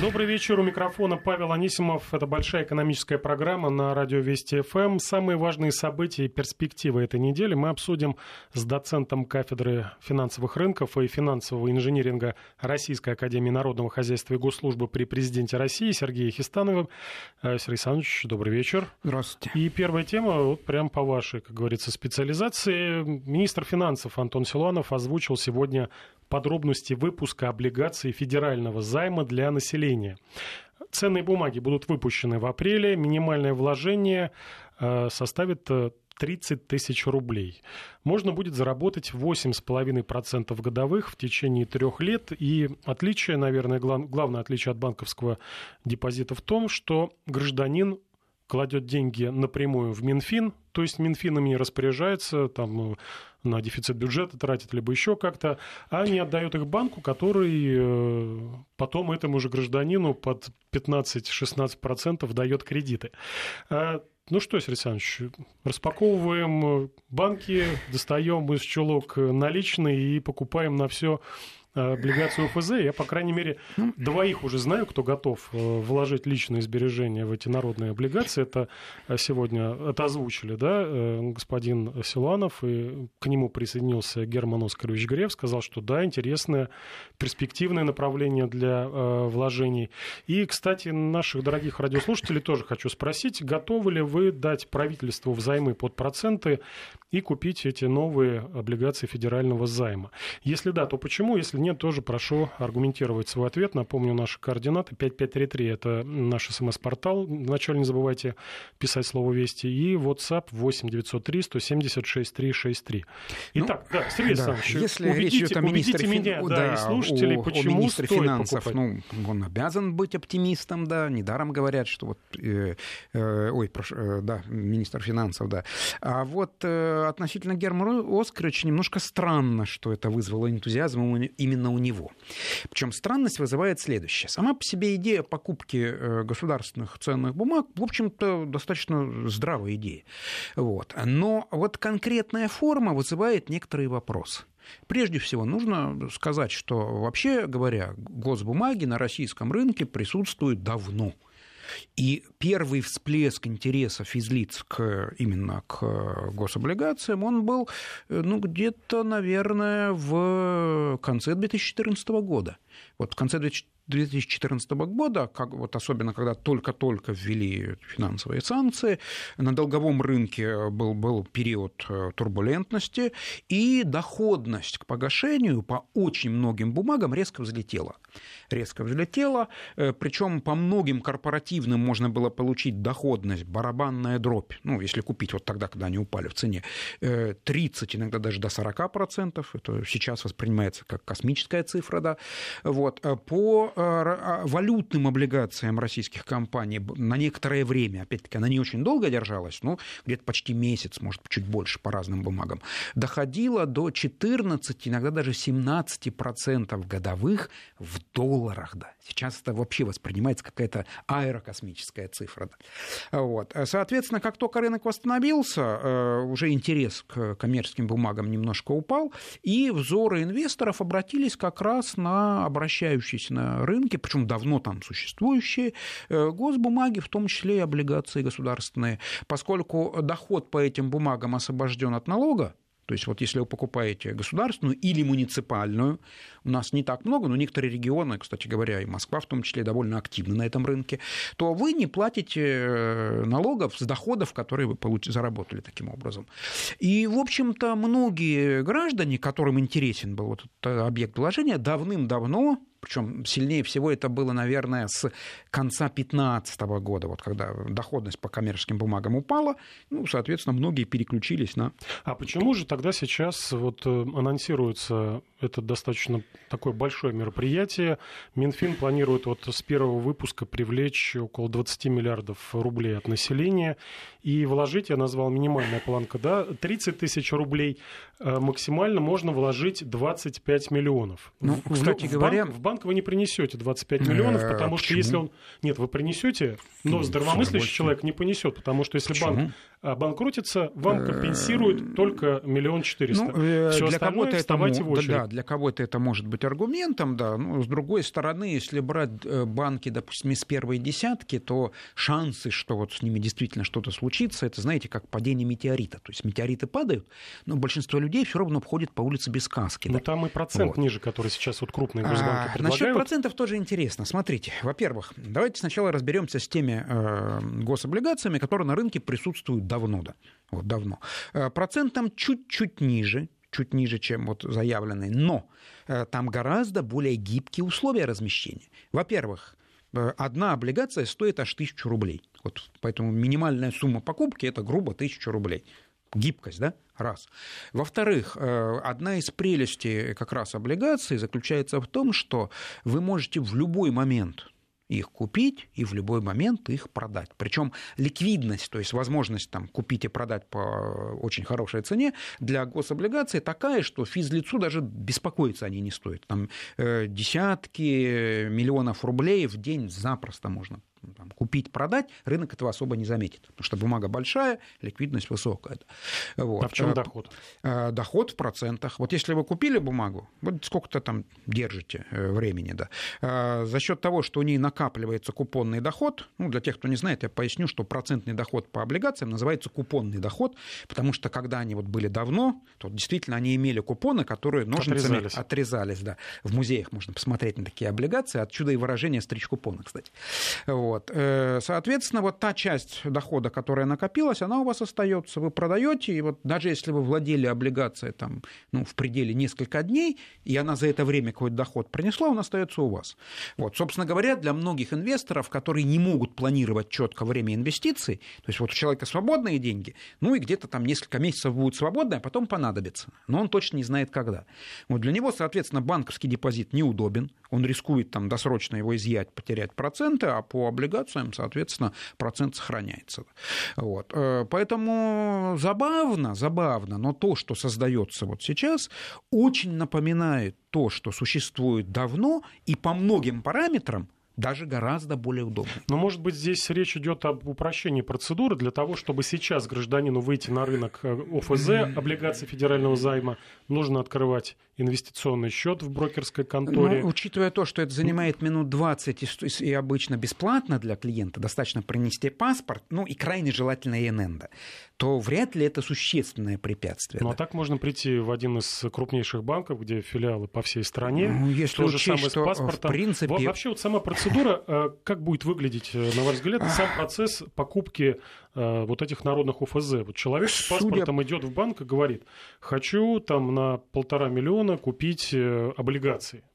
Добрый вечер. У микрофона Павел Анисимов. Это большая экономическая программа на радио Вести ФМ. Самые важные события и перспективы этой недели мы обсудим с доцентом кафедры финансовых рынков и финансового инжиниринга Российской академии народного хозяйства и госслужбы при президенте России Сергеем Хистановым. Сергей Александрович, добрый вечер. Здравствуйте. И первая тема, вот прям по вашей, как говорится, специализации. Министр финансов Антон Силуанов озвучил сегодня подробности выпуска облигаций федерального займа для населения. Ценные бумаги будут выпущены в апреле. Минимальное вложение составит 30 тысяч рублей. Можно будет заработать 8,5% годовых в течение 3 лет. И отличие, наверное, главное отличие от банковского депозита в том, что гражданин кладет деньги напрямую в Минфин, то есть Минфин ими не распоряжается, там, на дефицит бюджета тратит, либо еще как-то, а не отдает их банку, который потом этому же гражданину под 15-16% дает кредиты. Ну что, Сергей Александрович, распаковываем банки, достаем из чулок наличные и покупаем на все облигацию ОФЗ. Я, по крайней мере, 2 уже знаю, кто готов вложить личные сбережения в эти народные облигации. Это сегодня озвучили, да, господин Силуанов, и к нему присоединился Герман Оскарович Греф, сказал, что да, интересное, перспективное направление для вложений. И, кстати, наших дорогих радиослушателей тоже хочу спросить, готовы ли вы дать правительству взаймы под проценты и купить эти новые облигации федерального займа? Если да, то почему? Если нет, тоже прошу аргументировать свой ответ. Напомню, наши координаты 5533 – это наш СМС-портал. Вначале не забывайте писать слово «Вести». И WhatsApp 8-903-176-363. Итак, да, Сергей Александрович, если речь идет о убедите меня, да, и слушателей, почему министре стоит финансов, покупать? Он обязан быть оптимистом, да. Недаром говорят, что вот... министр финансов, да. А вот относительно Германа Оскаровича немножко странно, что это вызвало энтузиазм именно у него. Причем странность вызывает следующее. Сама по себе идея покупки государственных ценных бумаг, в общем-то, достаточно здравая идея. Вот. Но вот конкретная форма вызывает некоторые вопросы. Прежде всего, нужно сказать, что, вообще говоря, госбумаги на российском рынке присутствуют давно. И первый всплеск интереса физлиц именно к гособлигациям, он был где-то, наверное, в конце 2014 года. Вот в конце 2014 года, особенно когда только-только ввели финансовые санкции, на долговом рынке был период турбулентности, и доходность к погашению по очень многим бумагам резко взлетела. Причем по многим корпоративным можно было получить доходность, барабанная дробь, если купить вот тогда, когда они упали в цене, 30, иногда даже до 40%, это сейчас воспринимается как космическая цифра, да. Вот. По валютным облигациям российских компаний на некоторое время, опять-таки, она не очень долго держалась, где-то почти месяц, может, чуть больше по разным бумагам, доходила до 14, иногда даже 17% годовых в долларах, да. Сейчас это вообще воспринимается какая-то аэрокосмическая цифра. Да. Вот. Соответственно, как только рынок восстановился, уже интерес к коммерческим бумагам немножко упал, и взоры инвесторов обратились как раз на обращающиеся на рынке, причем давно там существующие, госбумаги, в том числе и облигации государственные, поскольку доход по этим бумагам освобожден от налога. То есть вот если вы покупаете государственную или муниципальную, у нас не так много, но некоторые регионы, кстати говоря, и Москва в том числе, довольно активны на этом рынке, то вы не платите налогов с доходов, которые вы заработали таким образом. И, в общем-то, многие граждане, которым интересен был вот этот объект вложения, давным-давно, причем сильнее всего это было, наверное, с конца 2015 года, вот когда доходность по коммерческим бумагам упала, соответственно, многие переключились на... А почему же тогда сейчас вот анонсируется это достаточно такое большое мероприятие? Минфин планирует вот с первого выпуска привлечь около 20 миллиардов рублей от населения и вложить, я назвал минимальная планка, да, 30 тысяч рублей, максимально можно вложить 25 миллионов. Кстати говоря... В банк вы не принесете 25 миллионов, потому что почему? если он... Нет, вы принесете, но здравомыслящий человек не понесет, потому что если почему? банк обанкротится, вам компенсируют только 1 400 000. Все для остальное кого-то вставайте в очередь. Да, для кого-то это может быть аргументом, да. Но, с другой стороны, если брать банки, допустим, из первой десятки, то шансы, что вот с ними действительно что-то случится, это, знаете, как падение метеорита. То есть метеориты падают, но большинство людей все равно обходит по улице без каски. Но там и процент ниже, который сейчас вот крупные госбанки предлагают. Насчет процентов тоже интересно. Смотрите, во-первых, давайте сначала разберемся с теми гособлигациями, которые на рынке присутствуют давно. Да. Вот давно. Процент там чуть ниже, чем вот заявленный, но там гораздо более гибкие условия размещения. Во-первых, одна облигация стоит аж 1000 рублей. Вот, поэтому минимальная сумма покупки – это грубо 1000 рублей. Гибкость, да? Раз. Во-вторых, одна из прелестей как раз облигаций заключается в том, что вы можете в любой момент их купить и в любой момент их продать. Причем ликвидность, то есть возможность там, купить и продать по очень хорошей цене для гособлигаций такая, что физлицу даже беспокоиться они не стоят. Там десятки миллионов рублей в день запросто можно там, купить, продать, рынок этого особо не заметит, потому что бумага большая, ликвидность высокая. Вот. А в чем доход? Доход в процентах. Вот если вы купили бумагу, вот сколько-то там держите времени, да, за счет того, что у нее накапливается купонный доход, ну, для тех, кто не знает, я поясню, что процентный доход по облигациям называется купонный доход, потому что когда они вот были давно, то действительно они имели купоны, которые ножницами отрезались. Да. В музеях можно посмотреть на такие облигации, отсюда и выражение «стричь купоны», кстати. Вот. Соответственно, вот та часть дохода, которая накопилась, она у вас остается. Вы продаете, и вот даже если вы владели облигацией там, ну, в пределе нескольких дней, и она за это время какой-то доход принесла, он остается у вас. Вот. Собственно говоря, для многих инвесторов, которые не могут планировать четко время инвестиций, то есть вот у человека свободные деньги, ну и где-то там несколько месяцев будет свободно, а потом понадобится. Но он точно не знает, когда. Вот для него, соответственно, банковский депозит неудобен, он рискует там досрочно его изъять, потерять проценты, а по облигациям, соответственно, процент сохраняется. Вот. Поэтому забавно, но то, что создается вот сейчас, очень напоминает то, что существует давно и по многим параметрам даже гораздо более удобно. Но, может быть, здесь речь идет об упрощении процедуры для того, чтобы сейчас гражданину выйти на рынок ОФЗ, облигаций федерального займа, нужно открывать инвестиционный счет в брокерской конторе. Но, учитывая то, что это занимает минут 20 и обычно бесплатно для клиента, достаточно принести паспорт, ну и крайне желательно ИНН, то вряд ли это существенное препятствие. Ну, а так можно прийти в один из крупнейших банков, где филиалы по всей стране. Ну, если то же учесть, самое что с паспортом. В принципе... Вообще вот сама процедура, как будет выглядеть, на ваш взгляд, сам процесс покупки вот этих народных ОФЗ? Вот человек с паспортом идет в банк и говорит: хочу там на 1,5 миллиона купить облигации.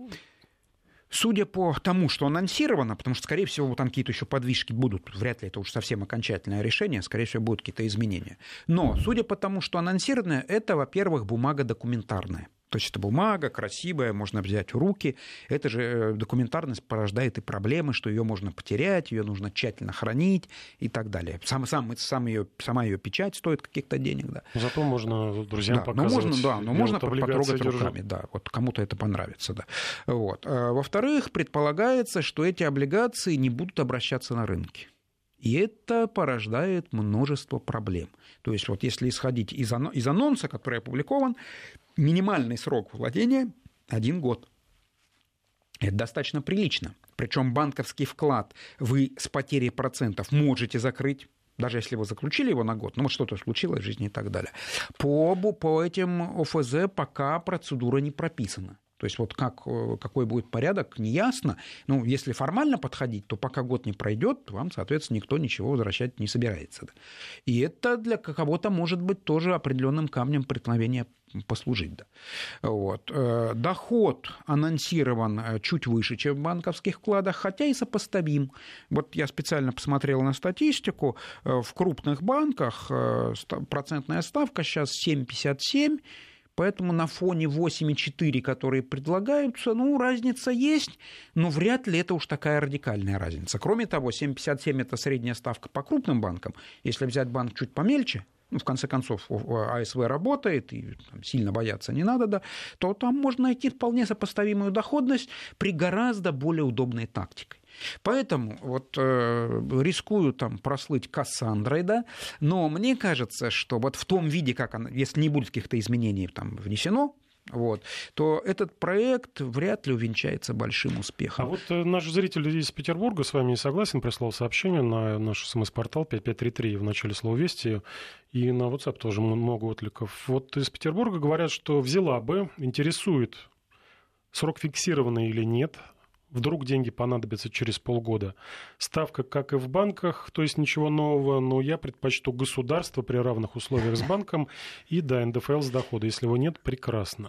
Судя по тому, что анонсировано, потому что, скорее всего, там какие-то еще подвижки будут, вряд ли это уж совсем окончательное решение, скорее всего, будут какие-то изменения. Но, судя по тому, что анонсировано, это, во-первых, бумага документарная. То есть это бумага красивая, можно взять в руки. Эта же документарность порождает и проблемы, что ее можно потерять, ее нужно тщательно хранить и так далее. Сама ее печать стоит каких-то денег. Да. Зато можно друзьям показывать. Но можно потрогать руками. Да, вот кому-то это понравится. Да. Вот. Во-вторых, предполагается, что эти облигации не будут обращаться на рынке. И это порождает множество проблем. То есть вот если исходить из анонса, который опубликован, минимальный срок владения – 1 год. Это достаточно прилично. Причем банковский вклад вы с потерей процентов можете закрыть, даже если вы заключили его на год, ну вот что-то случилось в жизни и так далее. По этим ОФЗ пока процедура не прописана. То есть вот какой будет порядок, не ясно. Ну, если формально подходить, то пока год не пройдет, вам, соответственно, никто ничего возвращать не собирается. И это для кого-то может быть тоже определенным камнем преткновения послужить. Да. Вот. Доход анонсирован чуть выше, чем в банковских вкладах, хотя и сопоставим. Вот я специально посмотрел на статистику. В крупных банках процентная ставка сейчас 7,57%. Поэтому на фоне 8,4, которые предлагаются, ну, разница есть, но вряд ли это уж такая радикальная разница. Кроме того, 7,57 – это средняя ставка по крупным банкам. Если взять банк чуть помельче, ну, в конце концов, АСВ работает, и там, сильно бояться не надо, да, то там можно найти вполне сопоставимую доходность при гораздо более удобной тактикой. Поэтому вот рискую там прослыть Кассандрой, да, но мне кажется, что вот в том виде, как она, если не будет каких-то изменений там внесено, вот, то этот проект вряд ли увенчается большим успехом. А вот наш зритель из Петербурга с вами не согласен, прислал сообщение на наш СМС-портал 5533 в начале слова «Вести», и на WhatsApp тоже много откликов. Вот из Петербурга говорят, что взяла бы, интересует, срок фиксированный или нет. Вдруг деньги понадобятся через полгода. Ставка, как и в банках, то есть ничего нового, но я предпочту государство при равных условиях с банком и, да, НДФЛ с дохода. Если его нет, прекрасно.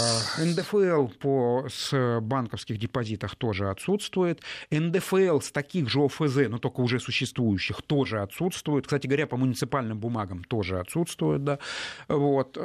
НДФЛ с банковских депозитах тоже отсутствует. НДФЛ с таких же ОФЗ, но только уже существующих, тоже отсутствует. Кстати говоря, по муниципальным бумагам тоже отсутствует. Да. Вот.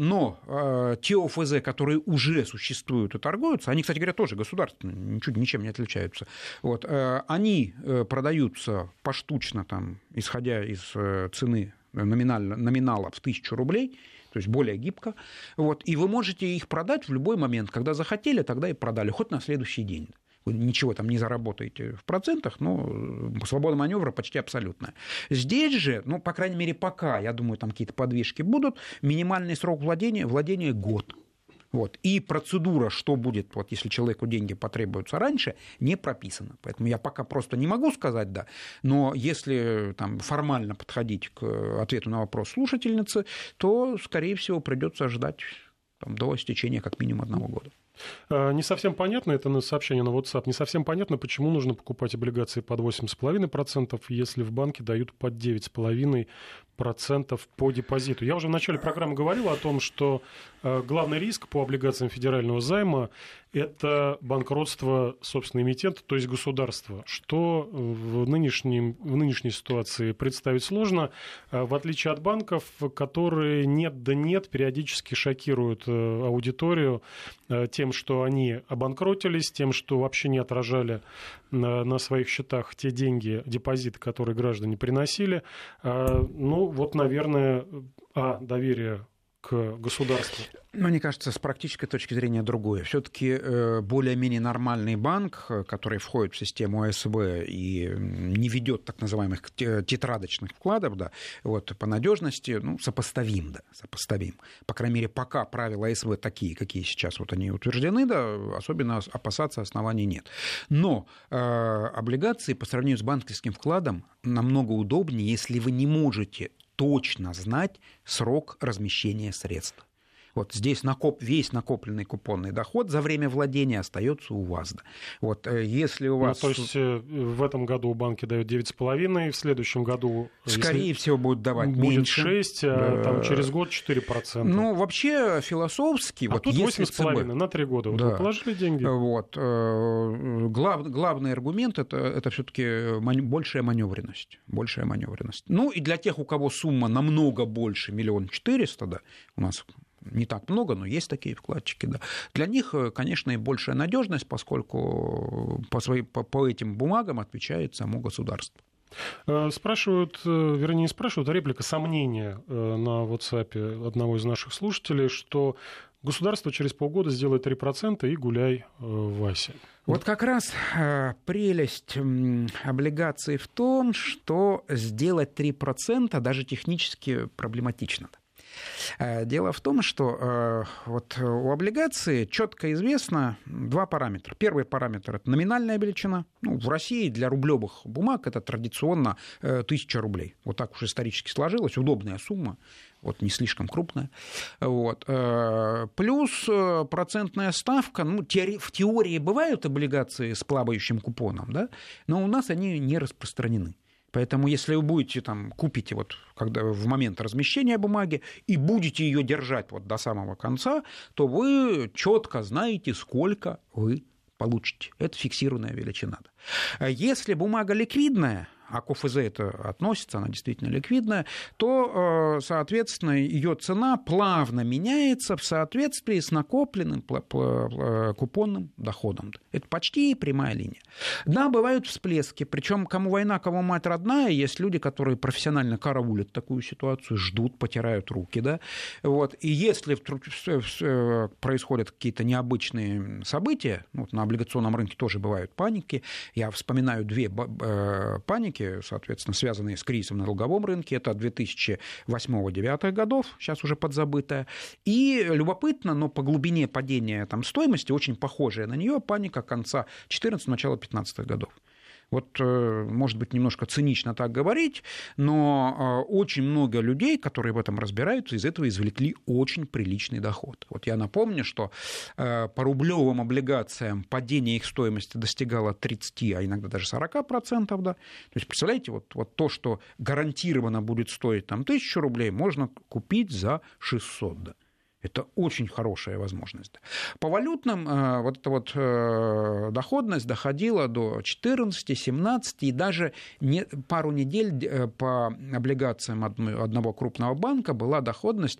Но те ОФЗ, которые уже существуют и торгуются, они, кстати говоря, тоже государственные, ничем не отличаются. Вот. Они продаются поштучно, там, исходя из цены номинала в 1000 рублей, то есть более гибко. Вот. И вы можете их продать в любой момент. Когда захотели, тогда и продали, хоть на следующий день. Вы ничего там не заработаете в процентах, но свобода маневра почти абсолютная. Здесь же, ну, по крайней мере, пока, я думаю, там какие-то подвижки будут, минимальный срок владения год. Вот. И процедура, что будет, вот, если человеку деньги потребуются раньше, не прописана. Поэтому я пока просто не могу сказать, да. Но если там, формально подходить к ответу на вопрос слушательницы, то, скорее всего, придется ждать там, до истечения как минимум 1 года. Не совсем понятно, это сообщение на WhatsApp, не совсем понятно, почему нужно покупать облигации под 8,5%, если в банке дают под 9,5% по депозиту. Я уже в начале программы говорил о том, что главный риск по облигациям федерального займа – это банкротство, собственно, эмитента, то есть государства, что в нынешней ситуации представить сложно, в отличие от банков, которые нет да нет периодически шокируют аудиторию тем, что они обанкротились, тем, что вообще не отражали на своих счетах те деньги, депозиты, которые граждане приносили. Ну, вот, наверное, доверие к государству. Но мне кажется, с практической точки зрения другое. Все-таки более-менее нормальный банк, который входит в систему АСВ и не ведет так называемых тетрадочных вкладов, да, вот, по надежности, ну, сопоставим. По крайней мере, пока правила АСВ такие, какие сейчас вот они утверждены, да, особенно опасаться оснований нет. Но облигации по сравнению с банковским вкладом намного удобнее, если вы не можете точно знать срок размещения средств. Вот здесь весь накопленный купонный доход за время владения остается у вас. Да. Вот, если у вас... То есть в этом году банки дают 9,5%, в следующем году... Скорее всего, будут давать будет меньше. 6%, а там через год 4%. Ну, вообще, философски... А вот тут 8,5% на 3 года. Вот вы положили деньги. Вот. Главный аргумент – это все-таки большая маневренность. Ну, и для тех, у кого сумма намного больше 1 400 000, да, у нас... Не так много, но есть такие вкладчики. Да. Для них, конечно, и большая надежность, поскольку по этим бумагам отвечает само государство. Спрашивают, вернее, не спрашивают, а реплика, сомнения на WhatsApp одного из наших слушателей, что государство через полгода сделает 3% и гуляй, Вася. Вот как раз прелесть облигаций в том, что сделать 3% даже технически проблематично. Дело в том, что вот у облигаций четко известно 2 параметра. Первый параметр – это номинальная величина. Ну, в России для рублевых бумаг это традиционно 1000 рублей. Вот так уж исторически сложилось. Удобная сумма, вот, не слишком крупная. Вот. Плюс процентная ставка. Ну, в теории бывают облигации с плавающим купоном, да? Но у нас они не распространены. Поэтому, если вы будете купите когда в момент размещения бумаги и будете ее держать до самого конца, то вы четко знаете, сколько вы получите. Это фиксированная величина. Если бумага ликвидная, а к ОФЗ это относится, она действительно ликвидная, то, соответственно, ее цена плавно меняется в соответствии с накопленным купонным доходом. Это почти прямая линия. Да, бывают всплески, причем кому война, кому мать родная, есть люди, которые профессионально караулят такую ситуацию, ждут, потирают руки, да, вот, и если происходят какие-то необычные события, вот на облигационном рынке тоже бывают паники, я вспоминаю две паники, соответственно, связанные с кризисом на долговом рынке, это 2008-2009 годов, сейчас уже подзабытая, и любопытно, но по глубине падения там стоимости очень похожая на нее паника конца 14 начала 15 годов. Вот, может быть, немножко цинично так говорить, но очень много людей, которые в этом разбираются, из этого извлекли очень приличный доход. Вот я напомню, что по рублевым облигациям падение их стоимости достигало 30, а иногда даже 40%. Да? То есть, представляете, вот то, что гарантированно будет стоить там, 1000 рублей, можно купить за 600. Да? Это очень хорошая возможность. По валютным вот эта вот доходность доходила до 14, 17, и даже пару недель по облигациям одного крупного банка была доходность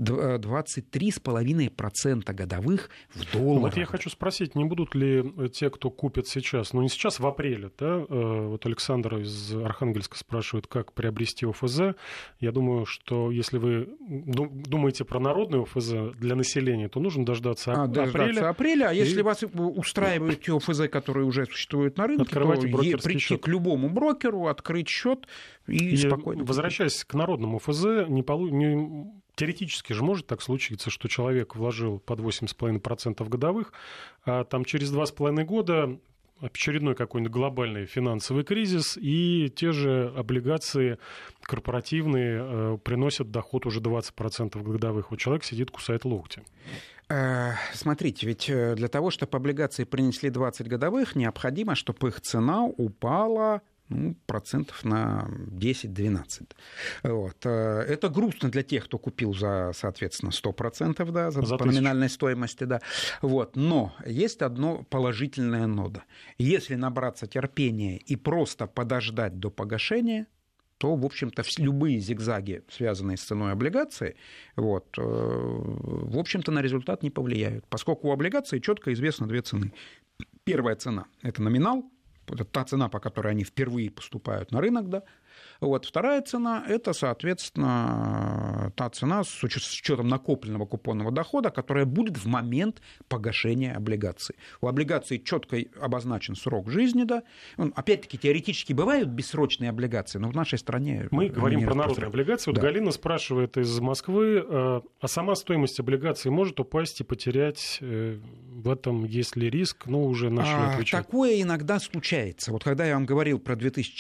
23,5% годовых в долларах. Вот я хочу спросить, не будут ли те, кто купит сейчас, ну не сейчас, в апреле, да? Вот Александр из Архангельска спрашивает, как приобрести ОФЗ. Я думаю, что если вы думаете про народный ОФЗ, для населения, то нужно дождаться апреля. А если вас устраивают те ОФЗ, которые уже существуют на рынке, то прийти счет к любому брокеру, открыть счет и спокойно. Возвращаясь к народному ОФЗ, теоретически же может так случиться, что человек вложил под 8,5% годовых, а там через 2,5 года очередной какой-нибудь глобальный финансовый кризис, и те же облигации корпоративные приносят доход уже 20% годовых. Вот человек сидит, кусает локти. Смотрите, ведь для того, чтобы облигации принесли 20 годовых, необходимо, чтобы их цена упала процентов на 10-12. Вот. Это грустно для тех, кто купил за, соответственно, 100%, да, по номинальной стоимости. Да. Вот. Но есть одно положительное нода. Если набраться терпения и просто подождать до погашения, то, в общем-то, любые зигзаги, связанные с ценой облигации, вот, в общем-то, на результат не повлияют, поскольку у облигаций четко известно две цены. Первая цена – это номинал, это та цена, по которой они впервые поступают на рынок, да. Вот. Вторая цена – это, соответственно, та цена с учетом накопленного купонного дохода, которая будет в момент погашения облигаций. У облигаций четко обозначен срок жизни. Да? Опять-таки, теоретически бывают бессрочные облигации, но в нашей стране... Мы говорим про народные облигации. Вот да. Галина спрашивает из Москвы, а сама стоимость облигаций может упасть и потерять? В этом есть ли риск? Ну, уже начали отвечать. Такое иногда случается. Вот когда я вам говорил про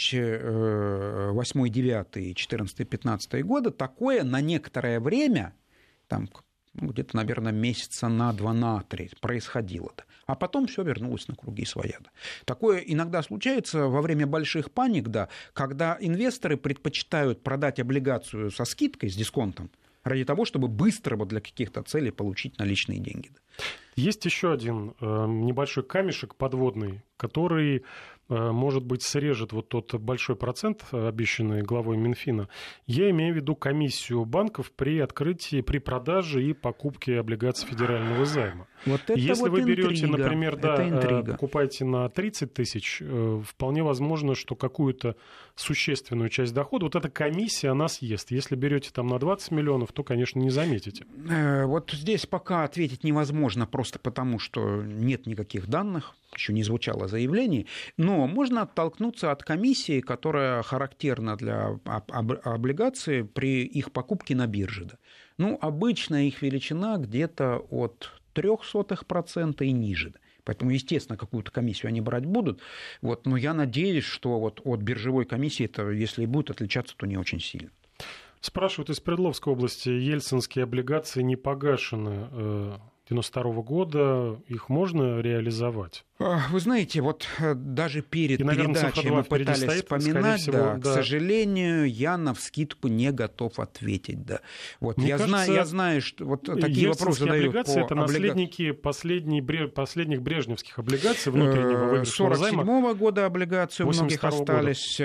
2008, 2009, 2014, 2015 годы, такое на некоторое время, там, где-то, наверное, месяца на 2-3 происходило. А потом все вернулось на круги своя. Такое иногда случается во время больших паник, да, когда инвесторы предпочитают продать облигацию со скидкой, с дисконтом, ради того, чтобы быстро для каких-то целей получить наличные деньги. Есть еще один небольшой камешек подводный, который, может быть, срежет вот тот большой процент, обещанный главой Минфина. Я имею в виду комиссию банков при открытии, при продаже и покупке облигаций федерального займа. Вот это если вот вы берете, интрига. например, покупаете на 30 тысяч, вполне возможно, что какую-то существенную часть дохода, вот эта комиссия, она съест. Если берете там на 20 миллионов, то, конечно, не заметите. Вот здесь пока ответить невозможно, просто потому что нет никаких данных, еще не звучало заявлений, но можно оттолкнуться от комиссии, которая характерна для облигаций при их покупке на бирже. Ну, обычно их величина где-то от 0,03% и ниже. Поэтому, естественно, какую-то комиссию они брать будут. Вот, но я надеюсь, что вот от биржевой комиссии это, если и будет отличаться, то не очень сильно. Спрашивают из Свердловской области, ельцинские облигации не погашены 1992 года, их можно реализовать? Вы знаете, вот даже перед передачей мы пытались вспоминать, всего, да, к сожалению, я навскидку не готов ответить. Да. Вот, я знаю, что вот такие вопросы задают облигации — это наследники последних брежневских облигаций внутреннего выигрышного займа. 47-го года облигации у многих остались,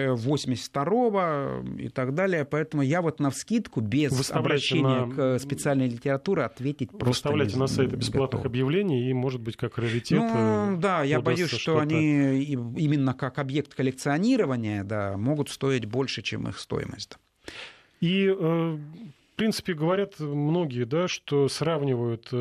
82-го и так далее. Поэтому я вот навскидку без обращения к специальной литературе ответить просто не выставляйте на сайты бесплатных объявлений, и, может быть, как раритет... Да, я боюсь, что они именно как объект коллекционирования, да, могут стоить больше, чем их стоимость. И, в принципе, говорят многие, да, что сравнивают...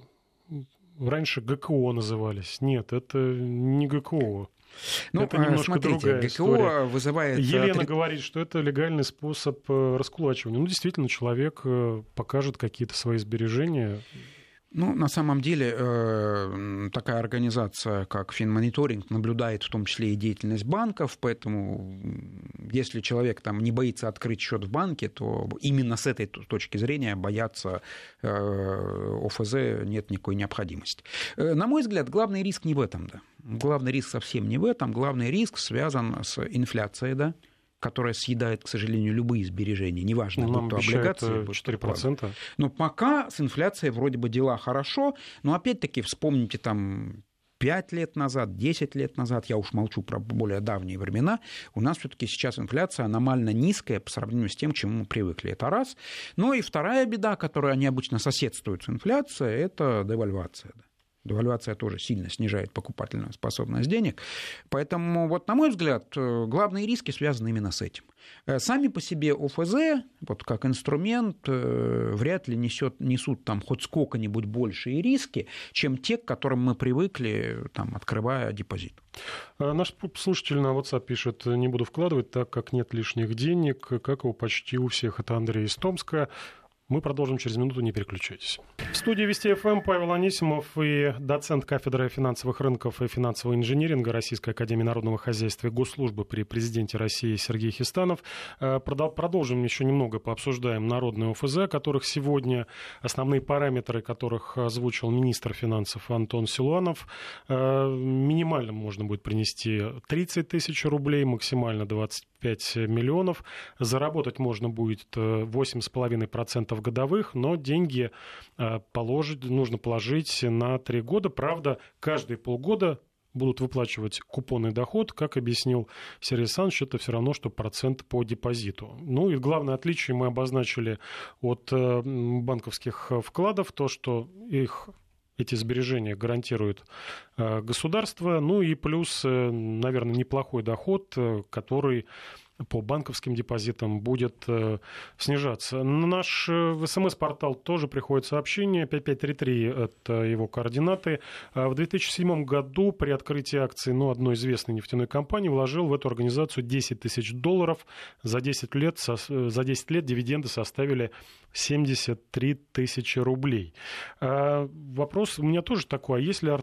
Раньше ГКО назывались. Нет, это не ГКО. Это немножко другая ГКО история. Вызывает... Елена говорит, что это легальный способ раскулачивания. Ну, действительно, человек покажет какие-то свои сбережения. Ну, на самом деле, такая организация, как Финмониторинг, наблюдает в том числе и деятельность банков, поэтому если человек там не боится открыть счет в банке, то именно с этой точки зрения бояться ОФЗ нет никакой необходимости. На мой взгляд, главный риск не в этом, да. Главный риск совсем не в этом. Главный риск связан с инфляцией, да, которая съедает, к сожалению, любые сбережения, неважно, будь то облигации. 4%. Но пока с инфляцией вроде бы дела хорошо, но опять-таки вспомните там 5 лет назад, 10 лет назад, я уж молчу про более давние времена, у нас все-таки сейчас инфляция аномально низкая по сравнению с тем, к чему мы привыкли. Это раз. Ну и вторая беда, которая они обычно соседствуют с инфляцией, это девальвация. Девальвация тоже сильно снижает покупательную способность денег. Поэтому, вот, на мой взгляд, главные риски связаны именно с этим. Сами по себе ОФЗ, вот как инструмент, вряд ли несут там хоть сколько-нибудь большие риски, чем те, к которым мы привыкли, там, открывая депозит. Наш слушатель на WhatsApp пишет: не буду вкладывать, так как нет лишних денег, как его почти у всех. Это Андрей из Томска. Мы продолжим через минуту, не переключайтесь. В студии Вести ФМ Павел Анисимов и доцент кафедры финансовых рынков и финансового инжиниринга Российской академии народного хозяйства и госслужбы при президенте России Сергей Хистанов. Продолжим еще немного, пообсуждаем народные ОФЗ, которых сегодня, основные параметры которых озвучил министр финансов Антон Силуанов. Минимально можно будет принести 30 тысяч рублей, максимально 25 миллионов. Заработать можно будет 8,5% годовых, но деньги нужно положить на 3 года. Правда, каждые полгода будут выплачивать купонный доход. Как объяснил Сергей Александрович, это все равно, что процент по депозиту. Ну и главное отличие мы обозначили от банковских вкладов, то, что эти сбережения гарантирует государство, ну и плюс, наверное, неплохой доход, который по банковским депозитам будет снижаться. На наш СМС-портал тоже приходит сообщение. 5533 – это его координаты. В 2007 году при открытии акций одной известной нефтяной компании вложил в эту организацию $10 тысяч. За 10 лет дивиденды составили 73 тысячи рублей. Вопрос у меня тоже такой. А есть ли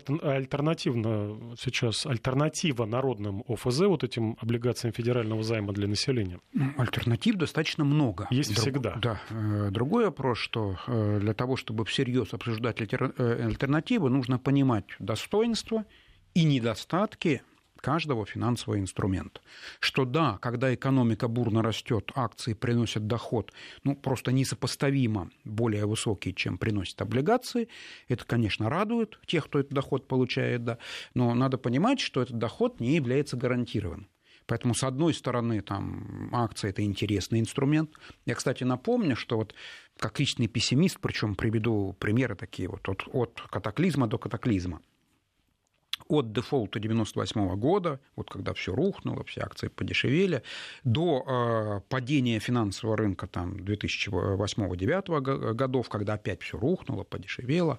альтернатива народным ОФЗ, вот этим облигациям федерального займа для населения? Альтернатив достаточно много. Есть всегда. Да. Другой вопрос, что для того, чтобы всерьез обсуждать альтернативы, нужно понимать достоинства и недостатки каждого финансового инструмента. Что да, когда экономика бурно растет, акции приносят доход, просто несопоставимо более высокий, чем приносят облигации. Это, конечно, радует тех, кто этот доход получает, да. Но надо понимать, что этот доход не является гарантированным. Поэтому, с одной стороны, акции – это интересный инструмент. Я, кстати, напомню, что вот как истинный пессимист, причем приведу примеры такие от катаклизма до катаклизма. От дефолта 1998 года, когда все рухнуло, все акции подешевели, до падения финансового рынка 2008-2009 годов, когда опять все рухнуло, подешевело,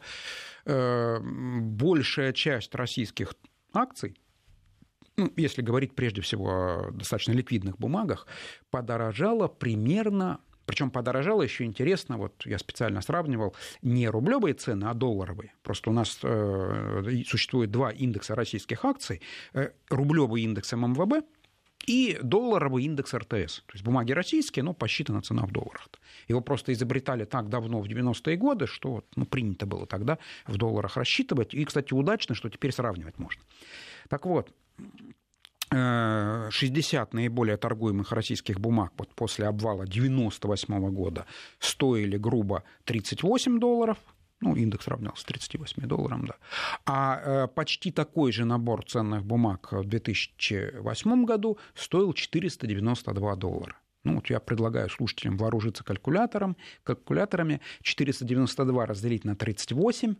большая часть российских акций, если говорить прежде всего о достаточно ликвидных бумагах, подорожала примерно. Причем подорожало еще интересно, я специально сравнивал не рублевые цены, а долларовые. Просто у нас существует 2 индекса российских акций. Рублевый индекс ММВБ и долларовый индекс РТС. То есть бумаги российские, но посчитана цена в долларах. Его просто изобретали так давно, в 90-е годы, что принято было тогда в долларах рассчитывать. И, кстати, удачно, что теперь сравнивать можно. Так вот, 60 наиболее торгуемых российских бумаг после обвала 1998 года стоили грубо $38. Индекс равнялся 38 долларам, да. А почти такой же набор ценных бумаг в 2008 году стоил $492. Я предлагаю слушателям вооружиться калькуляторами. 492 разделить на 38,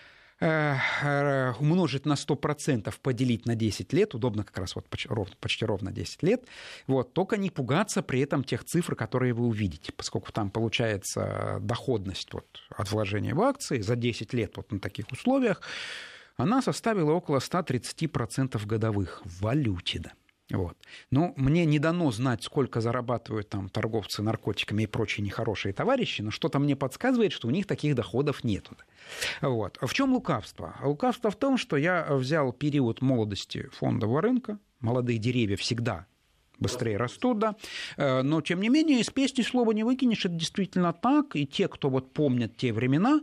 умножить на 100%, поделить на 10 лет, удобно как раз почти ровно 10 лет, только не пугаться при этом тех цифр, которые вы увидите, поскольку там получается доходность от вложения в акции за 10 лет на таких условиях, она составила около 130% годовых в валюте, да. Но мне не дано знать, сколько зарабатывают там торговцы наркотиками и прочие нехорошие товарищи, но что-то мне подсказывает, что у них таких доходов нет. В чем лукавство? Лукавство в том, что я взял период молодости фондового рынка, молодые деревья всегда быстрее растут, да. Но, тем не менее, из песни слова не выкинешь, это действительно так, и те, кто помнят те времена,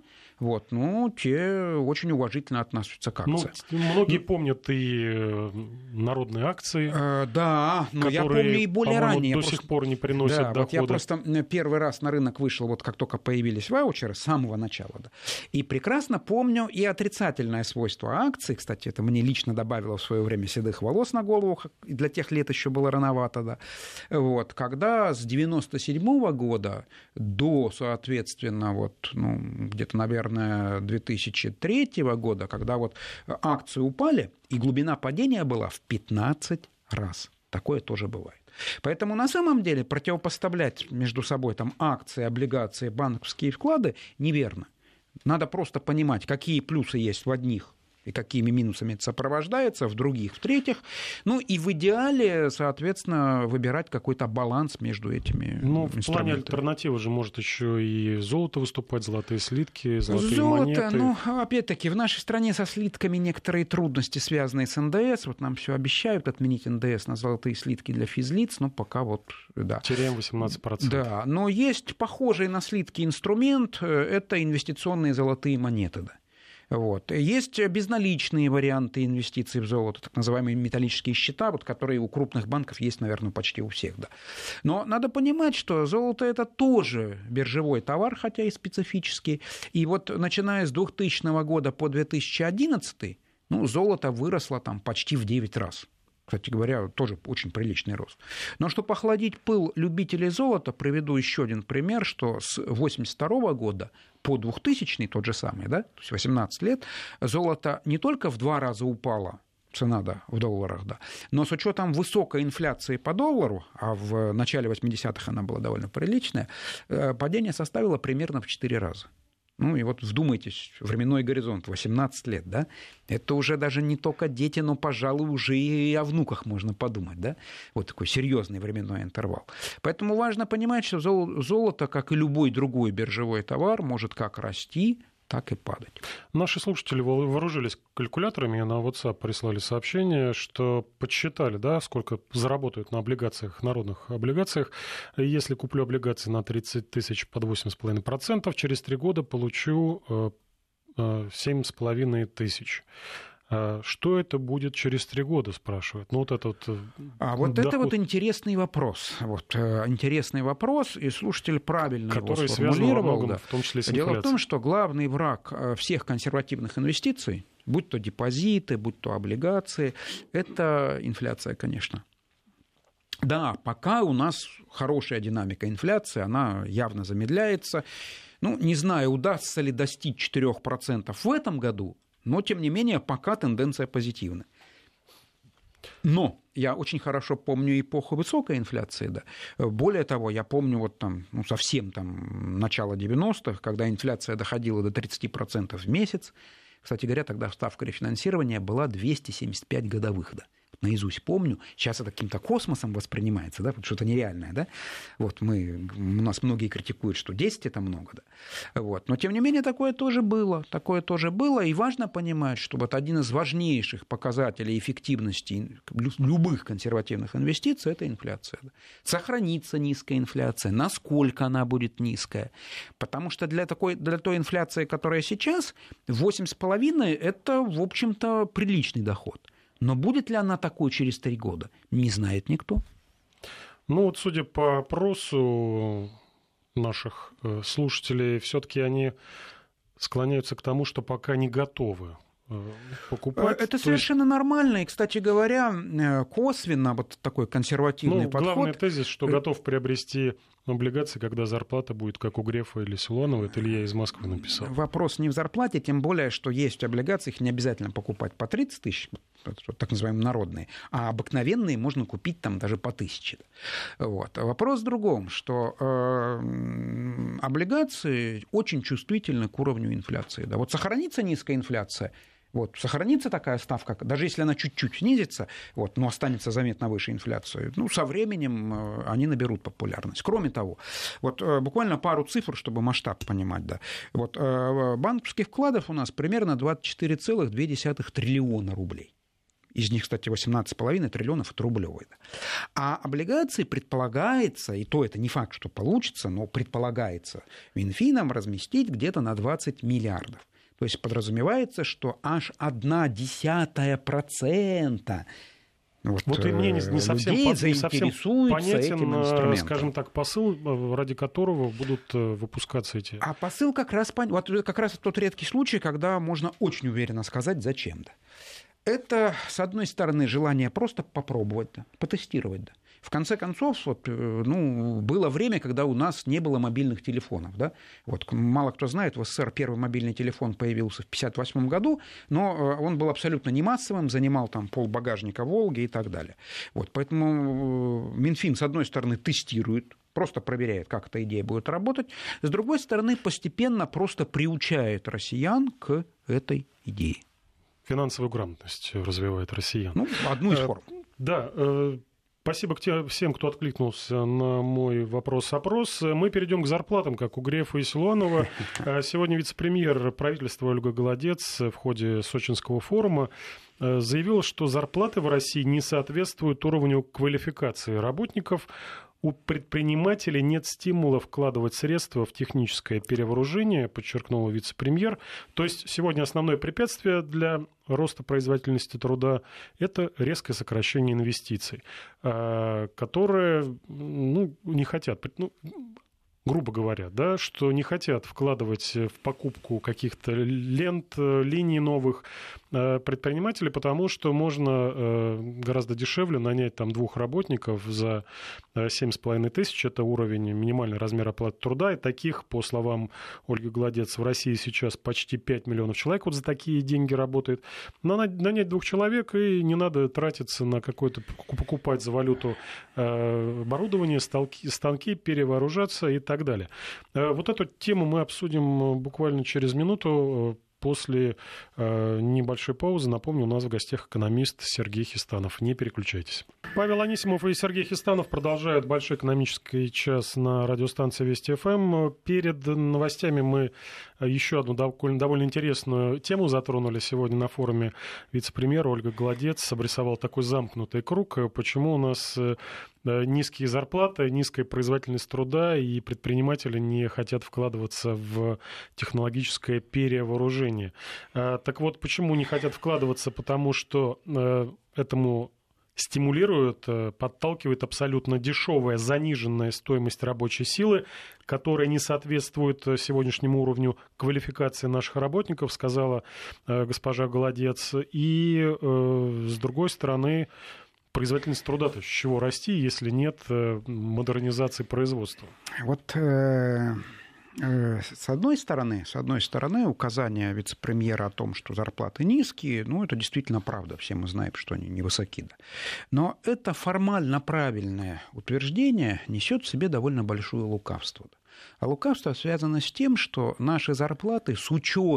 те очень уважительно относятся к акциям. Многие помнят и народные акции, да, но которые, я помню и более ранее. До сих пор не приносят дохода. Я просто первый раз на рынок вышел, как только появились ваучеры, с самого начала. Да. И прекрасно помню и отрицательное свойство акций. Кстати, это мне лично добавило в свое время седых волос на голову, и для тех лет еще было рановато. Да. Когда с 1997 года до, соответственно, где-то, наверное, 2003 года, когда акции упали, и глубина падения была в 15 раз. Такое тоже бывает. Поэтому на самом деле противопоставлять между собой акции, облигации, банковские вклады неверно. Надо просто понимать, какие плюсы есть в одних и какими минусами это сопровождается, в других, в третьих. И в идеале, соответственно, выбирать какой-то баланс между этими инструментами. В плане альтернативы же может еще и золото выступать, золотые слитки, золотые монеты. Опять-таки, в нашей стране со слитками некоторые трудности, связанные с НДС. Нам все обещают отменить НДС на золотые слитки для физлиц, но пока да. Теряем 18%. Да, но есть похожий на слитки инструмент, это инвестиционные золотые монеты, да. Есть безналичные варианты инвестиций в золото, так называемые металлические счета, которые у крупных банков есть, наверное, почти у всех. Да. Но надо понимать, что золото – это тоже биржевой товар, хотя и специфический. И начиная с 2000 года по 2011 золото выросло почти в 9 раз. Кстати говоря, тоже очень приличный рост. Но чтобы охладить пыл любителей золота, приведу еще один пример, что с 1982 года по 2000, тот же самый, да, то есть 18 лет, золото не только в 2 раза упало, цена, да, в долларах, да, но с учетом высокой инфляции по доллару, а в начале 80-х она была довольно приличная, падение составило примерно в 4 раза. Вдумайтесь, временной горизонт, 18 лет, да, это уже даже не только дети, но, пожалуй, уже и о внуках можно подумать, да, такой серьезный временной интервал. Поэтому важно понимать, что золото, как и любой другой биржевой товар, может как расти, так и падать. Наши слушатели вооружились калькуляторами, на WhatsApp прислали сообщение, что подсчитали, да, сколько заработают на облигациях, народных облигациях. Если куплю облигации на 30 тысяч под 8,5%, через 3 года получу 7,5 тысяч. Что это будет через 3 года, спрашивают. Это интересный вопрос. Интересный вопрос, и слушатель правильно его сформулировал. Да. В том числе с Дело в том, что главный враг всех консервативных инвестиций, будь то депозиты, будь то облигации, это инфляция, конечно. Да, пока у нас хорошая динамика инфляции, она явно замедляется. Не знаю, удастся ли достичь 4% в этом году, но, тем не менее, пока тенденция позитивна. Но я очень хорошо помню эпоху высокой инфляции. Да. Более того, я помню совсем начало 90-х, когда инфляция доходила до 30% в месяц. Кстати говоря, тогда ставка рефинансирования была 275 годовых. Да. наизусть помню. Сейчас это каким-то космосом воспринимается, да, что-то нереальное, да. Вот у нас многие критикуют, что 10 это много, да. Вот. Но, тем не менее, такое тоже было. И важно понимать, что вот один из важнейших показателей эффективности любых консервативных инвестиций – это инфляция. Да. Сохранится низкая инфляция, насколько она будет низкая. Потому что для той инфляции, которая сейчас, 8,5 – это, в общем-то, приличный доход. Но будет ли она такой через 3 года, не знает никто. Ну вот, судя по опросу наших слушателей, все-таки они склоняются к тому, что пока не готовы покупать. Это совершенно нормально. И, кстати говоря, косвенно вот такой консервативный подход. Главный тезис, что готов приобрести облигации, когда зарплата будет как у Грефа или Силуанова. Это Илья из Москвы написал. Вопрос не в зарплате, тем более, что есть облигации, их не обязательно покупать по 30 тысяч, так называемые народные, а обыкновенные можно купить там даже по 1000. Вот. Вопрос в другом, что облигации очень чувствительны к уровню инфляции. Да. Вот сохранится низкая инфляция, вот, сохранится такая ставка, даже если она чуть-чуть снизится, вот, но останется заметно выше инфляции, со временем они наберут популярность. Кроме того, вот, буквально пару цифр, чтобы масштаб понимать. Да. Вот, банковских вкладов у нас примерно 24,2 триллиона рублей. Из них, кстати, 18,5 триллионов – это рублевые. А облигации предполагается, и то это не факт, что получится, но предполагается Минфином разместить где-то на 20 миллиардов. То есть подразумевается, что аж 0,1%. Вот и мне не совсем понятен, скажем так, посыл, ради которого будут выпускаться эти... А посыл как раз тот редкий случай, когда можно очень уверенно сказать, зачем. Да. Это, с одной стороны, желание просто попробовать, да, потестировать. Да. В конце концов, было время, когда у нас не было мобильных телефонов. Да? Вот, мало кто знает, в СССР первый мобильный телефон появился в 1958 году, но он был абсолютно не массовым, занимал там полбагажника «Волги» и так далее. Вот, поэтому Минфин, с одной стороны, тестирует, просто проверяет, как эта идея будет работать, с другой стороны, постепенно просто приучает россиян к этой идее. Финансовую грамотность развивает россиян. Одну из форм. Да, спасибо всем, кто откликнулся на мой вопрос-опрос. Мы перейдем к зарплатам, как у Грефа и Силуанова. Сегодня вице-премьер правительства Ольга Голодец в ходе Сочинского форума заявила, что зарплаты в России не соответствуют уровню квалификации работников. У предпринимателей нет стимула вкладывать средства в техническое перевооружение, подчеркнула вице-премьер. То есть сегодня основное препятствие для роста производительности труда – это резкое сокращение инвестиций, которые не хотят, грубо говоря, да, что не хотят вкладывать в покупку каких-то лент, линий новых предпринимателей, потому что можно гораздо дешевле нанять там 2 работников за 7,5 тысяч, это уровень минимальный размер оплаты труда, и таких, по словам Ольги Голодец, в России сейчас почти 5 миллионов человек вот за такие деньги работает. Нанять 2 человек, и не надо тратиться на какое-то, покупать за валюту оборудование, станки, перевооружаться и так далее. Вот эту тему мы обсудим буквально через минуту. После небольшой паузы, напомню, у нас в гостях экономист Сергей Хистанов. Не переключайтесь. Павел Анисимов и Сергей Хистанов продолжают большой экономический час на радиостанции Вести ФМ. Перед новостями мы еще одну довольно интересную тему затронули сегодня на форуме. Вице-премьер Ольга Голодец обрисовал такой замкнутый круг. Почему у нас низкие зарплаты, низкая производительность труда, и предприниматели не хотят вкладываться в технологическое перевооружение. Так вот, почему не хотят вкладываться? Потому что этому стимулирует, подталкивает абсолютно дешевая, заниженная стоимость рабочей силы, которая не соответствует сегодняшнему уровню квалификации наших работников, сказала госпожа Голодец. И, с другой стороны, производительность труда-то с чего расти, если нет модернизации производства? Вот с одной стороны, указание вице-премьера о том, что зарплаты низкие, это действительно правда, все мы знаем, что они невысоки. Да. Но это формально правильное утверждение несет в себе довольно большое лукавство. А лукавство связано с тем, что наши зарплаты с учетом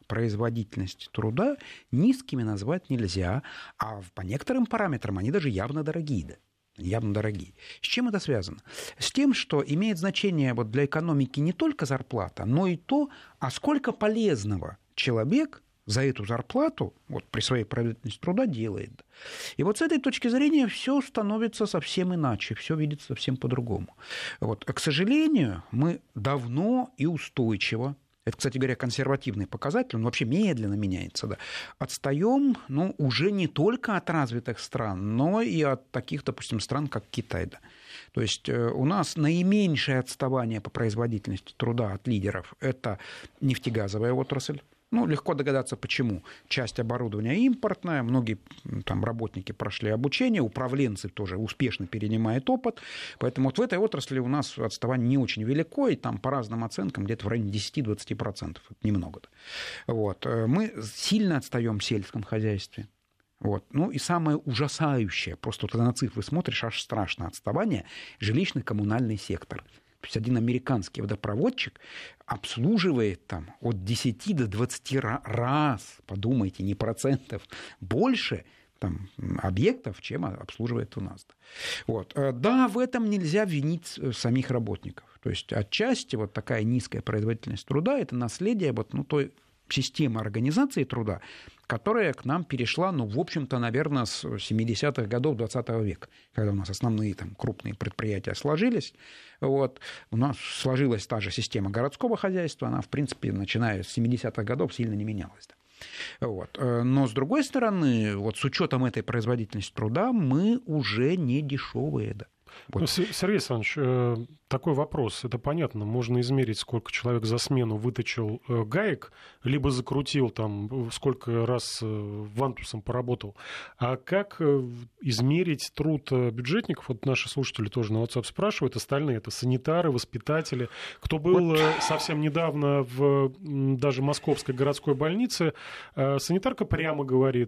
производительности труда низкими назвать нельзя, а по некоторым параметрам они даже явно дорогие. Да. Явно дорогие. С чем это связано? С тем, что имеет значение вот для экономики не только зарплата, но и то, а сколько полезного человек за эту зарплату вот, при своей производительности труда делает. И вот с этой точки зрения все становится совсем иначе, все видится совсем по-другому. Вот. К сожалению, мы давно и устойчиво, это, кстати говоря, консервативный показатель, он вообще медленно меняется, да, отстаем, ну, уже не только от развитых стран, но и от таких, допустим, стран, как Китай. Да. То есть у нас наименьшее отставание по производительности труда от лидеров – это нефтегазовая отрасль. Ну, легко догадаться, почему. Часть оборудования импортная, многие там работники прошли обучение, управленцы тоже успешно перенимают опыт. Поэтому вот в этой отрасли у нас отставание не очень велико, и там по разным оценкам где-то в районе 10-20%. Это немного. Вот. Мы сильно отстаем в сельском хозяйстве. Вот. Ну и самое ужасающее, просто вот когда на цифры смотришь, аж страшно отставание, жилищно-коммунальный сектор. То есть один американский водопроводчик обслуживает там от 10 до 20 раз, подумайте, не процентов, больше там, объектов, чем обслуживает у нас. Вот. Да, в этом нельзя винить самих работников. То есть отчасти вот такая низкая производительность труда – это наследие вот, ну, той системы организации труда, которая к нам перешла, ну, в общем-то, наверное, с 70-х годов 20 века, когда у нас основные там, крупные предприятия сложились. Вот. У нас сложилась та же система городского хозяйства, она, в принципе, начиная с 70-х годов сильно не менялась. Вот. Но, с другой стороны, вот с учетом этой производительности труда мы уже не дешевые. Да. Вот. Ну, Сергей Александрович, такой вопрос. Это понятно, можно измерить, сколько человек за смену выточил гаек, либо закрутил, там, сколько раз вантусом поработал. А как измерить труд бюджетников? Вот наши слушатели тоже на WhatsApp спрашивают, остальные это санитары, воспитатели. Кто был совсем недавно в даже Московской городской больнице, санитарка прямо говорит: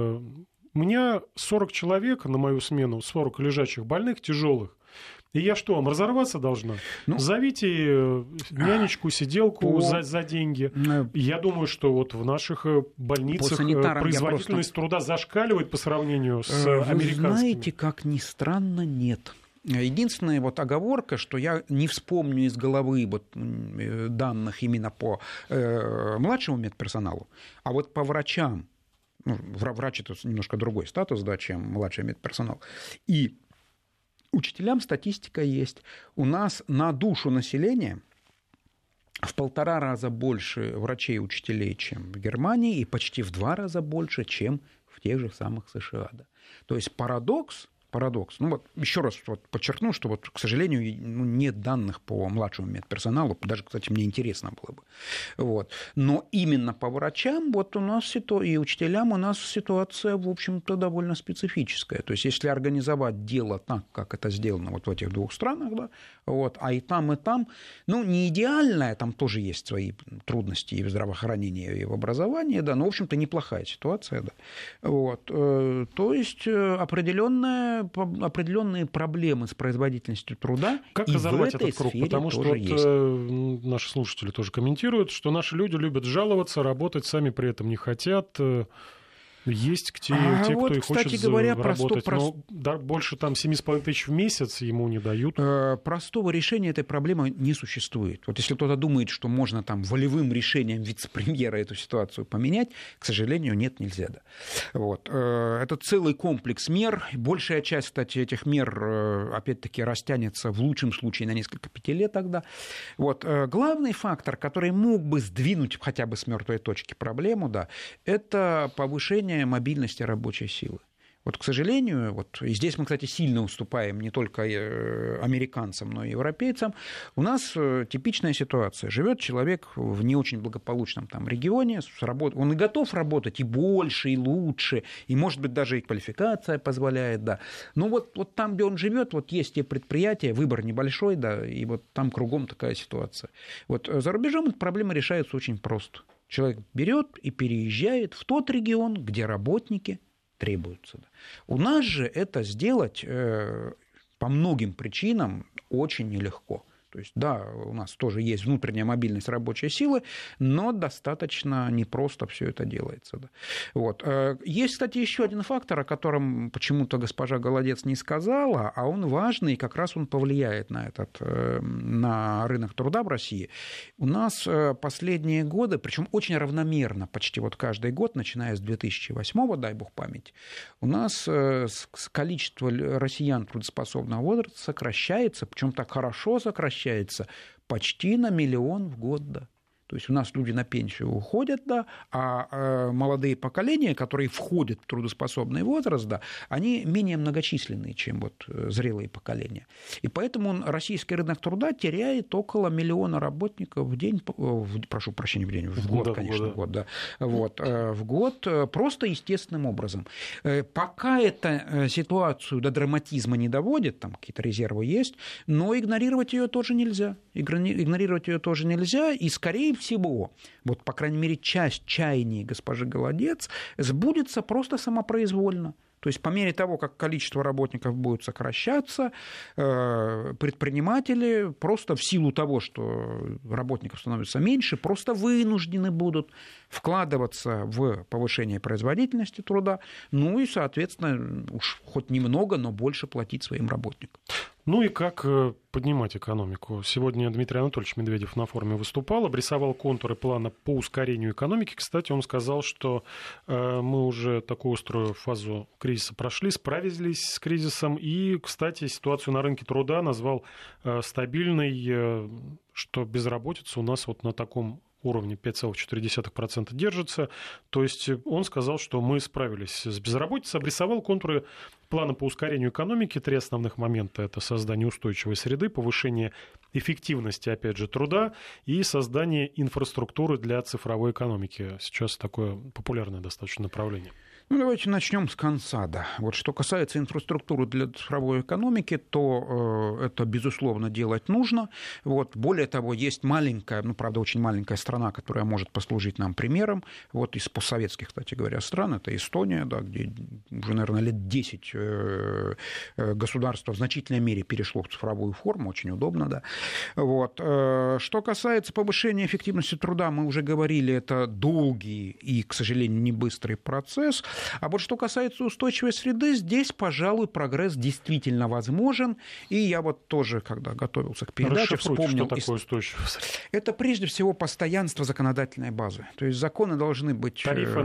у меня 40 человек на мою смену, 40 лежачих больных, тяжелых. И я что, вам разорваться должна? Ну, зовите нянечку, сиделку за деньги. Я думаю, что вот в наших больницах производительность труда зашкаливает по сравнению с американскими. Вы знаете, как ни странно, нет. Единственная вот оговорка, что я не вспомню из головы вот данных именно по младшему медперсоналу, а вот по врачам. Ну, врач – это немножко другой статус, да, чем младший медперсонал. И учителям статистика есть. У нас на душу населения в 1,5 раза больше врачей и учителей, чем в Германии, и почти в 2 раза больше, чем в тех же самых США. Да. То есть парадокс. Ну вот еще раз вот подчеркну, что вот, к сожалению, нет данных по младшему медперсоналу, даже, кстати, мне интересно было бы. Вот. Но именно по врачам вот у нас и учителям у нас ситуация, в общем-то, довольно специфическая. То есть если организовать дело так, как это сделано вот в этих 2 странах, да, вот, а и там, ну, не идеальное, там тоже есть свои трудности и в здравоохранении, и в образовании, да, но, в общем-то, неплохая ситуация, да. Вот. То есть определенные проблемы с производительностью труда. Как разорвать этот круг? Потому что вот, наши слушатели тоже комментируют, что наши люди любят жаловаться, работать сами при этом не хотят. Есть те, вот, кто и хочет говоря, работать, но больше там 7,5 тысяч в месяц ему не дают. Простого решения этой проблемы не существует. Вот если кто-то думает, что можно там волевым решением вице-премьера эту ситуацию поменять, к сожалению, нет, нельзя. Да. Вот. Это целый комплекс мер. Большая часть, кстати, этих мер, опять-таки, растянется в лучшем случае на несколько 5 лет тогда. Вот. Главный фактор, который мог бы сдвинуть хотя бы с мертвой точки проблему, да, это повышение мобильности рабочей силы. Вот, к сожалению, вот, и здесь мы, кстати, сильно уступаем не только американцам, но и европейцам. У нас типичная ситуация. Живет человек в не очень благополучном там регионе, он и готов работать и больше, и лучше, и, может быть, даже и квалификация позволяет, да. Но вот там, где он живет, вот есть те предприятия, выбор небольшой, да, и вот там кругом такая ситуация. Вот за рубежом эта проблема решается очень просто. Человек берет и переезжает в тот регион, где работники требуются. У нас же это сделать по многим причинам очень нелегко. То есть, да, у нас тоже есть внутренняя мобильность рабочей силы, но достаточно непросто все это делается. Да. Вот. Есть, кстати, еще один фактор, о котором почему-то госпожа Голодец не сказала, а он важный, и как раз он повлияет на рынок труда в России. У нас последние годы, причем очень равномерно, почти вот каждый год, начиная с 2008, дай бог памяти, у нас количество россиян трудоспособного возраста сокращается, причем так хорошо сокращается, почти на 1 миллион в год, да. То есть у нас люди на пенсию уходят, да, а молодые поколения, которые входят в трудоспособный возраст, да, они менее многочисленные, чем вот зрелые поколения. И поэтому российский рынок труда теряет около 1 миллиона работников в день, прошу прощения, в год, конечно, в год, да, вот, в год просто естественным образом. Пока эта ситуацию до драматизма не доводит, там какие-то резервы есть, но игнорировать ее тоже нельзя. Игнорировать ее тоже нельзя, и скорее всего, вот, по крайней мере, часть чаяний госпожи Голодец сбудется просто самопроизвольно. То есть по мере того, как количество работников будет сокращаться, предприниматели просто в силу того, что работников становится меньше, просто вынуждены будут вкладываться в повышение производительности труда, ну и, соответственно, уж хоть немного, но больше платить своим работникам. Ну и как поднимать экономику? Сегодня Дмитрий Анатольевич Медведев на форуме выступал, обрисовал контуры плана по ускорению экономики. Кстати, он сказал, что мы уже такую острую фазу кризиса прошли, справились с кризисом. И, кстати, ситуацию на рынке труда назвал стабильной, что безработица у нас вот на таком уровне 5,4% держится. То есть он сказал, что мы справились с безработицей, обрисовал контуры плана по ускорению экономики. 3 основных момента – это создание устойчивой среды, повышение эффективности, опять же, труда и создание инфраструктуры для цифровой экономики. Сейчас такое популярное достаточно направление. Ну, давайте начнем с конца. Да. Вот что касается инфраструктуры для цифровой экономики, то это, безусловно, делать нужно. Вот. Более того, есть маленькая, ну, правда, очень маленькая страна, которая может послужить нам примером. Вот из постсоветских, кстати говоря, стран, это Эстония, да, где уже, наверное, лет 10 государство в значительной мере перешло в цифровую форму, очень удобно. Да. Вот. Что касается повышения эффективности труда, мы уже говорили, это долгий и, к сожалению, не быстрый процесс. А вот что касается устойчивой среды, здесь, пожалуй, прогресс действительно возможен. И я вот тоже, когда готовился к передаче, вспомнил... Что такое устойчивая среда? Это прежде всего постоянство законодательной базы. То есть законы должны быть... Тарифы,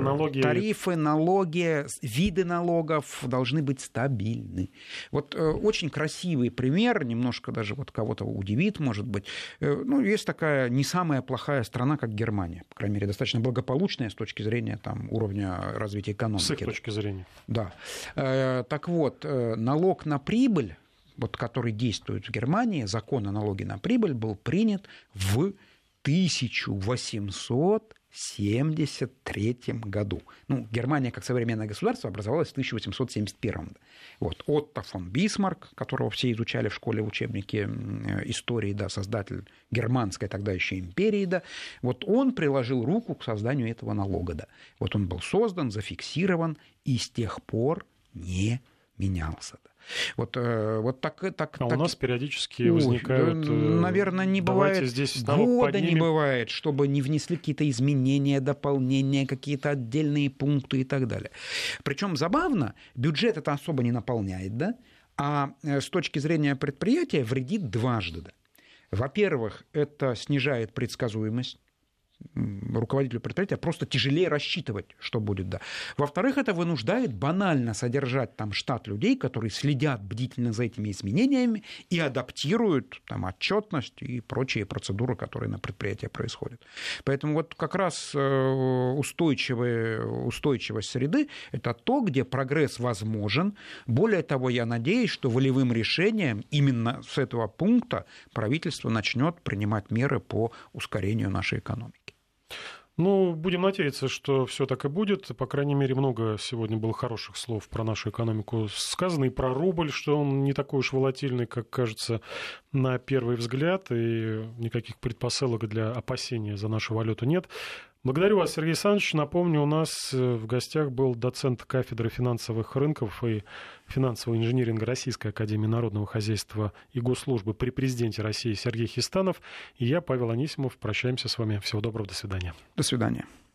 налоги, виды налогов должны быть стабильны. Вот очень красивый пример, немножко даже вот кого-то удивит, может быть. Ну, есть такая не самая плохая страна, как Германия. По крайней мере, достаточно благополучная с точки зрения там, уровня развития экономики. С их точки зрения. Да. Так вот, налог на прибыль, вот, который действует в Германии, закон о налоге на прибыль был принят в 1873 году. Ну, Германия, как современное государство, образовалась в 1871. Вот. Отто фон Бисмарк, которого все изучали в школе в учебнике истории, да, создатель германской тогда еще империи, да, вот он приложил руку к созданию этого налога. Да. Вот он был создан, зафиксирован и с тех пор не менялся. Да. Вот так, у нас периодически возникают... наверное, не бывает, здесь года не бывает, чтобы не внесли какие-то изменения, дополнения, какие-то отдельные пункты и так далее. Причем забавно, бюджет это особо не наполняет, да? А с точки зрения предприятия вредит дважды. Да? Во-первых, это снижает предсказуемость. Руководителю предприятия просто тяжелее рассчитывать, что будет. Да. Во-вторых, это вынуждает банально содержать там штат людей, которые следят бдительно за этими изменениями и адаптируют там, отчетность и прочие процедуры, которые на предприятии происходят. Поэтому вот как раз устойчивость среды – это то, где прогресс возможен. Более того, я надеюсь, что волевым решением именно с этого пункта правительство начнет принимать меры по ускорению нашей экономики. Ну, будем надеяться, что все так и будет. По крайней мере, много сегодня было хороших слов про нашу экономику сказано, и про рубль, что он не такой уж волатильный, как кажется на первый взгляд, и никаких предпосылок для опасения за нашу валюту нет. Благодарю вас, Сергей Александрович. Напомню, у нас в гостях был доцент кафедры финансовых рынков и финансового инжиниринга Российской академии народного хозяйства и госслужбы при президенте России Сергей Хистанов. И я, Павел Анисимов, прощаемся с вами. Всего доброго, до свидания. До свидания.